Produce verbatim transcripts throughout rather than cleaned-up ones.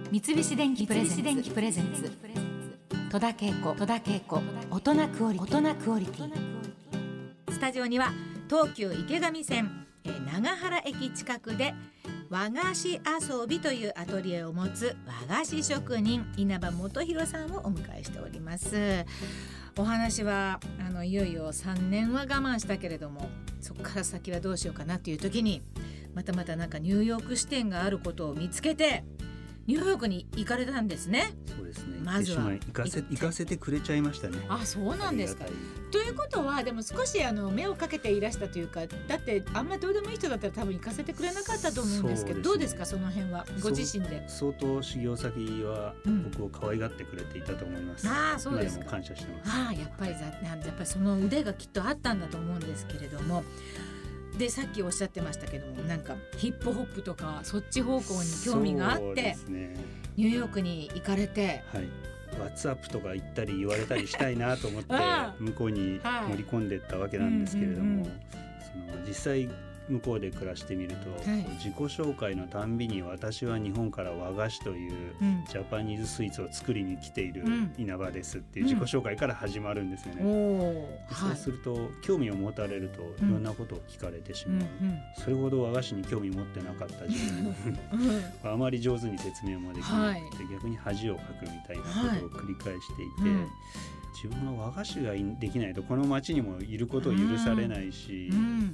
三菱電機プレゼンツ戸田恵子大人クオリティ。 スタジオには東急池上線長原駅近くで和菓子遊びというアトリエを持つ和菓子職人稲葉元弘さんをお迎えしております。お話はあのいよいよさんねんは我慢したけれども、そこから先はどうしようかなっていう時にまたまたなんかニューヨーク支店があることを見つけてニューヨークに行かれたんですね。 そうですね。 まずは行かせ行かせてくれちゃいましたね。 あ、そうなんですか。ということはでも少しあの目をかけていらしたというか、だってあんまりどうでもいい人だったら多分行かせてくれなかったと思うんですけど、どうですかその辺はご自身で。 相当修行先は僕を可愛がってくれていたと思います、 うん、ああそうですか。 今でも感謝してます。 ああやっぱりやっぱりその腕がきっとあったんだと思うんですけれども、でさっきおっしゃってましたけども、なんかヒップホップとかそっち方向に興味があって、 そうですね、 ニューヨークに行かれて、 はい、ワッツアップとか言ったり言われたりしたいなと思って向こうに乗り込んでいったわけなんですけれども、その実際向こうで暮らしてみると、はい、自己紹介のたんびに私は日本から和菓子というジャパニーズスイーツを作りに来ている稲葉ですっていう自己紹介から始まるんですよね、うんうん、そうすると興味を持たれるといろんなことを聞かれてしまう、うんうん、それほど和菓子に興味持ってなかった自分あまり上手に説明もできなくて、はい、逆に恥をかくみたいなことを繰り返していて、はい、うん、自分の和菓子ができないとこの町にもいることを許されないし、うん、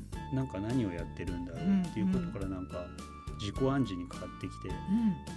なんか何をやってるんだろうっていうことからなんか自己暗示にかかってきて、うん、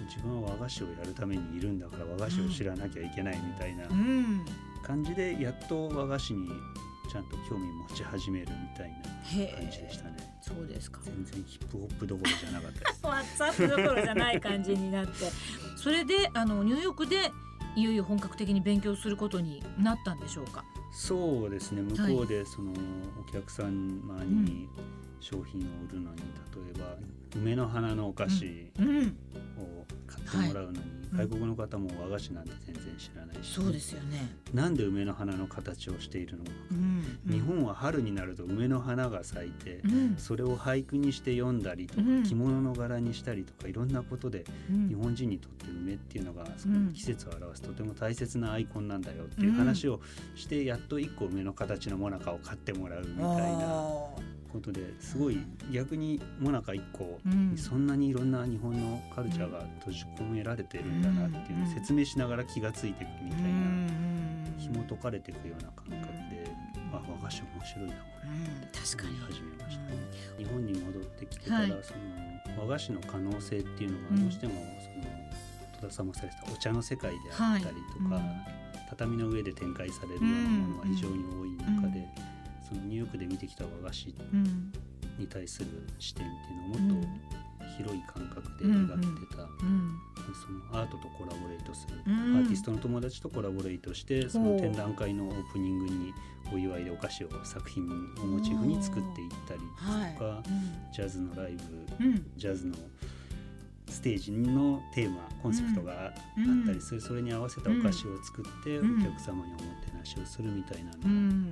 自分は和菓子をやるためにいるんだから和菓子を知らなきゃいけないみたいな感じでやっと和菓子にちゃんと興味持ち始めるみたいな感じでしたね。 そうですか。 全然ヒップホップどころじゃなかったです。 ワッツアップどころじゃない感じになってそれであのニューヨークでいよいよ本格的に勉強することになったんでしょうか。 そうですね、向こうでそのお客様に商品を売るのに、例えば梅の花のお菓子を買ってもらうのに、外国の方も和菓子なんて全然知らないし、 そうですよね。 なんで梅の花の形をしているのか、うんうん、日本は春になると梅の花が咲いて、うん、それを俳句にして読んだりとか、うん、着物の柄にしたりとかいろんなことで、うん、日本人にとって梅っていうのがその季節を表すとても大切なアイコンなんだよっていう話をして、やっといっこ梅の形のもなかを買ってもらうみたいなことですごい逆にもなかいっこにそんなにいろんな日本のカルチャーが閉じ込められてるんだなっていうのを説明しながら気がついていくみたいな、紐解かれていくような感覚で、あ、和菓子面白いなこれ、うん、確かに始めました、ね、日本に戻ってきてから、はい、その和菓子の可能性っていうのがどうしてもその戸田さんもされてたお茶の世界であったりとか、はい、畳の上で展開されるようなものが非常に多い中で、そのニューヨークで見てきた和菓子に対する視点っていうのをもっと広い感覚で描いてた、うんうん、そのアートとコラボレートする、うん、アーティストの友達とコラボレートしてその展覧会のオープニングにお祝いでお菓子を作品をモチーフに作っていったりとか、はい、うん、ジャズのライブ、うん、ジャズのステージのテーマコンセプトがあったりする、うん、それに合わせたお菓子を作ってお客様におもてなしをするみたいなのを、うん、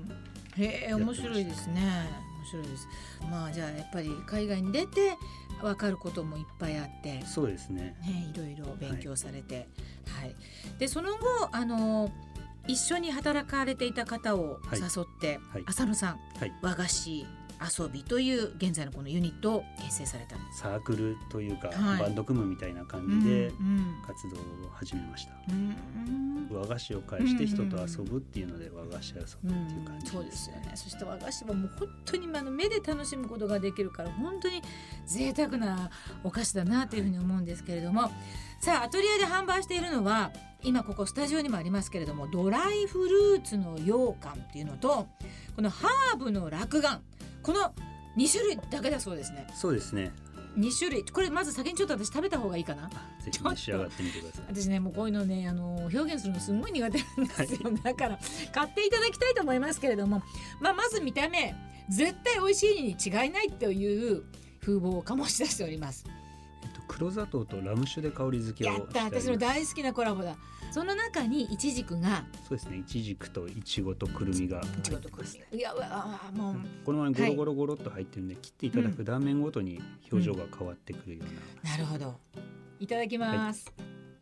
へえ、面白いですね。面白いです。まあじゃあやっぱり海外に出て分かることもいっぱいあって、 そうですね、 ね、いろいろ勉強されて、はいはい、でその後あの一緒に働かれていた方を誘って、はい、浅野さん、はい、和菓子遊びという現在のこのユニットを結成されたサークルというか、はい、バンド組むみたいな感じで活動を始めました、うんうん、和菓子を介して人と遊ぶっていうので和菓子遊びっていう感じです、ね、 そうですよね。そして和菓子はもう本当にあの目で楽しむことができるから本当に贅沢なお菓子だなというふうに思うんですけれども、はい、さあアトリエで販売しているのは今ここスタジオにもありますけれども、ドライフルーツの羊羹っていうのとこのハーブの落雁、このに種類だけだそうですね。 そうですね、 に種類。これまず先にちょっと私食べた方がいいかな。 ぜひ召し上がってみてください。 私ねもうこういうのねあの表現するのすごい苦手なんですよ、はい、だから買っていただきたいと思いますけれども、まあ、まず見た目絶対美味しいに違いないという風貌を醸し出しております。 えっと、黒砂糖とラム酒で香り付けをしてやった。私の大好きなコラボだ。その中にイチジクが、 そうですね、イチジクとイチゴとくるみが入ってます、ね、 いやうわもう、うん、 このままゴロゴロゴロっと入ってるんで、はい、切っていただく断面ごとに表情が変わってくるような、 うん、なるほど。いただきます、は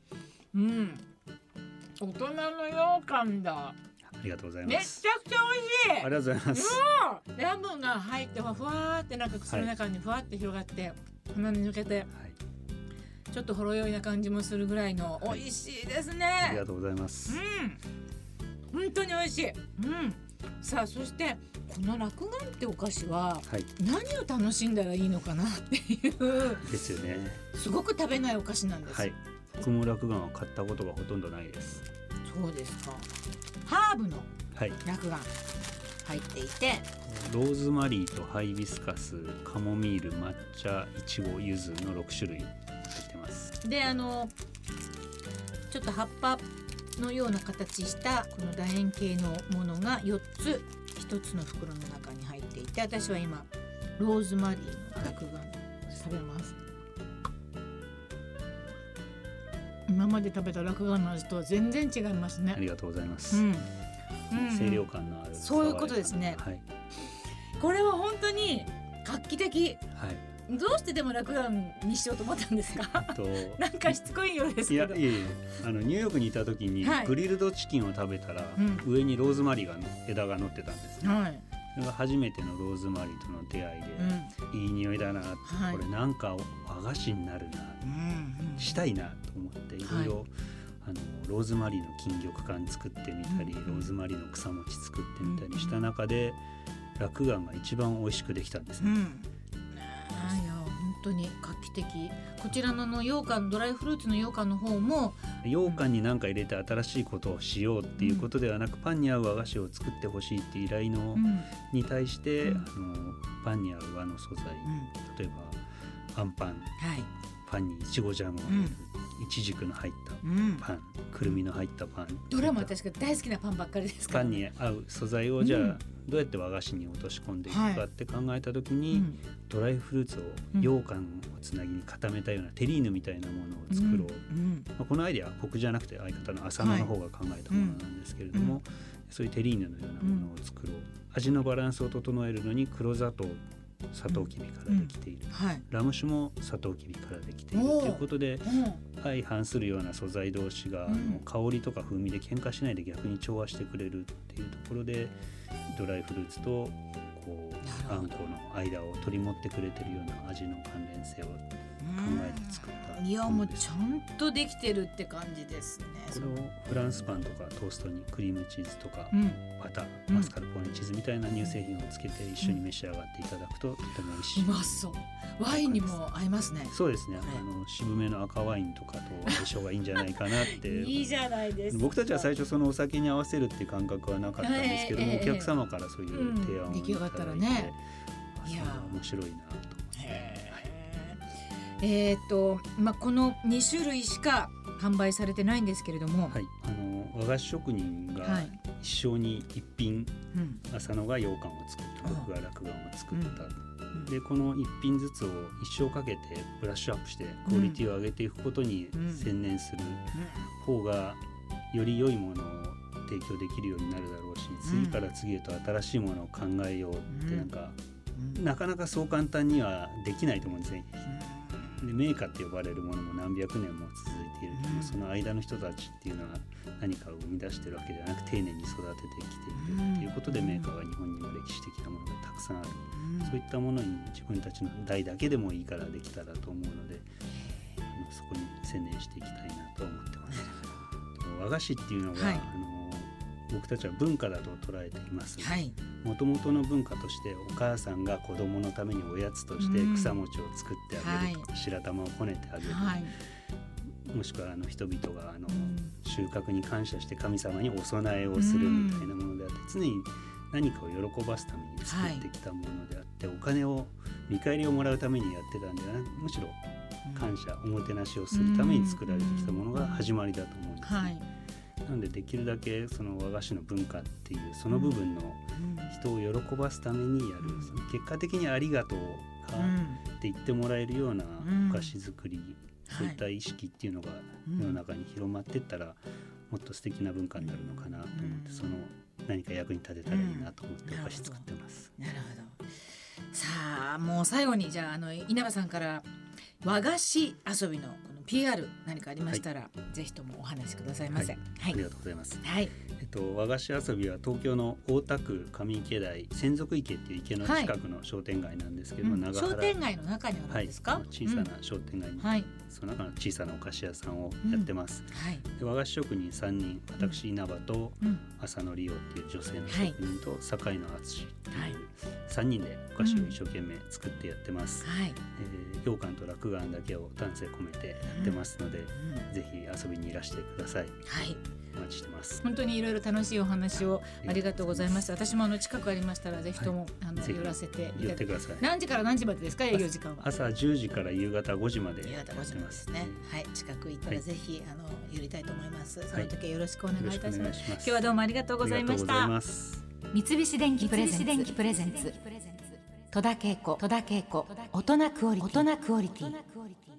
うん、大人の羊羹だ。 ありがとうございめちゃます。 くちゃ美味しい。 ありがとうございます。 うん、ラムが入ってふわーってなんか口の中にふわって広がって、はい、鼻に抜けて、はい、ちょっとほろ酔いな感じもするぐらいの美味しいですね、はい、 ありがとうございます。 うん、本当に美味しい。うん、さあそしてこの落雁ってお菓子は何を楽しんだらいいのかなっていうですよね。すごく食べないお菓子なんです。 はい、僕も落雁は買ったことがほとんどないです。 そうですか。ハーブの落雁入っていて、はい、 ローズマリーとハイビスカス、カモミール、抹茶、イチゴ、ユズのろくしゅるい入ってます。 で、あのちょっと葉っぱのような形したこの楕円形のものがよっつひとつの袋の中に入っていて、私は今ローズマリーの落雁食べます。今まで食べた落雁の味とは全然違いますね。 ありがとうございます。 うんうん、清涼感のある、 そういうことですね、はい、これは本当に画期的、はい、どうしてでも落雁にしようと思ったんですか？となんかしつこいようですけど。 いやいやいや、あのニューヨークにいた時にグリルドチキンを食べたら、はい、上にローズマリーがの枝が乗ってたんですね、はい、それが初めてのローズマリーとの出会いで、うん、いい匂いだなって、はい、これなんか和菓子になるな、うんうん、したいなと思っていろいろ、はい、あのローズマリーの金玉羹作ってみたり、うん、ローズマリーの草餅作ってみたりした中で、うん、落雁が一番美味しくできたんですね、うん、 あいや本当に画期的。こちらのの羊羹、ドライフルーツの羊羹の方も羊羹に何か入れて新しいことをしようっていうことではなく、うん、パンに合う和菓子を作ってほしいっていう依頼の、うん、に対して、うん、あのパンに合う和の素材、うん、例えばあんパン、はい、パンにいちごジャムを入れる、うん、いちじくの入ったパン、うん、くるみの入ったパン、 どれも私が大好きなパンばっかりですから、ね、 パンに合う素材をじゃあ、うん、どうやって和菓子に落とし込んでいくかって考えた時に、はい、ドライフルーツを羊羹をつなぎに固めたようなテリーヌみたいなものを作ろう、うんうんまあ、このアイデアは僕じゃなくて相方の浅野の方が考えたものなんですけれども、はいうん、そういうテリーヌのようなものを作ろう、味のバランスを整えるのに黒砂糖、サトウキビからできている、うんはい、ラム酒もサトウキビからできているということで、相反するような素材同士が、うん、あの香りとか風味で喧嘩しないで逆に調和してくれるっていうところで、ドライフルーツとこうあんこの間を取り持ってくれてるような味の関連性を考えて作った。 いやもうちゃんとできてるって感じですね。 これをフランスパンとかトーストにクリームチーズとか、うん、バター、マスカルポーネチーズみたいな乳製品をつけて一緒に召し上がっていただくととても美味しい。 うまそう。ワインにも合いますね。 そうですね、はい、あの渋めの赤ワインとかと相性がいいんじゃないかなっていいじゃないですか。 僕たちは最初そのお酒に合わせるっていう感覚はなかったんですけども、えーえー、お客様からそういう提案をいただいて、うん、出来上がったらね、いや面白いなと。 えーとまあ、このにしゅるいしか販売されてないんですけれども、はい、 あの和菓子職人が一生に一品、はい、浅野が羊羹を作った、僕が落雁を作った、うん、でこの一品ずつを一生かけてブラッシュアップしてクオリティを上げていくことに専念する方がより良いものを提供できるようになるだろうし、次から次へと新しいものを考えようってなんか、うん、なかなかそう簡単にはできないと思うんですね。で名家って呼ばれるものも何百年も続いているけど、うん、その間の人たちっていうのは何かを生み出しているわけではなく、丁寧に育ててきているということで、名家が日本にも歴史的なものがたくさんある、うん、そういったものに自分たちの代だけでもいいからできたらと思うので、あのそこに専念していきたいなと思ってます。和菓子っていうのは、はい、あの僕たちは文化だと捉えています。もともとの文化としてお母さんが子供のためにおやつとして草餅を作ってあげる、うん、白玉をこねてあげる、はい、もしくはあの人々があの、うん、収穫に感謝して神様にお供えをするみたいなものであって、常に何かを喜ばすために作ってきたものであって、はい、お金を見返りをもらうためにやってたんではなく、むしろ感謝、おもてなしをするために作られてきたものが始まりだと思うんですね。はい、なのでできるだけその和菓子の文化っていうその部分の人を喜ばすためにやる、その結果的にありがとうかって言ってもらえるようなお菓子作り、そういった意識っていうのが世の中に広まっていったらもっと素敵な文化になるのかなと思って、その何か役に立てたらいいなと思ってお菓子作ってます。 なるほど。さあもう最後にじゃあ、あの稲葉さんから和菓子遊びのこのピーアール 何かありましたら、はい、ぜひともお話しくださいませ。 はいはい、ありがとうございます。 はい、 えっと、和菓子遊びは東京の大田区上池台洗足池っていう池の近くの商店街なんですけど、はい、 うん、商店街の中にあるんですか？ はい、小さな商店街に、うん、はい、その中の小さなお菓子屋さんをやってます。うん、はい、で和菓子職人さんにん、私稲葉と浅野理央っていう女性の職人と坂井野敦っていうさんにんでお菓子を一生懸命作ってやってます。はい、えー、羊羹と落雁だけを丹精込めてやってますので、うんうん、ぜひ遊びにいらしてください。はい、お待ちしてます。 本当にいろいろ楽しいお話をありがとうございます。私もあの近くありましたらぜひとも、はい、あの寄らせて寄ってください。 何時から何時までですか、営業時間は？ 朝じゅうじから夕方ごじまでやってます。夕方ごじまでですね。 はい、近く行ったらぜひ、はい、あの寄りたいと思います。その時はよろしくお願いいたします。はい、今日はどうもありがとうございました。 三菱電機プレゼンツ戸田恵子大人クオリティ。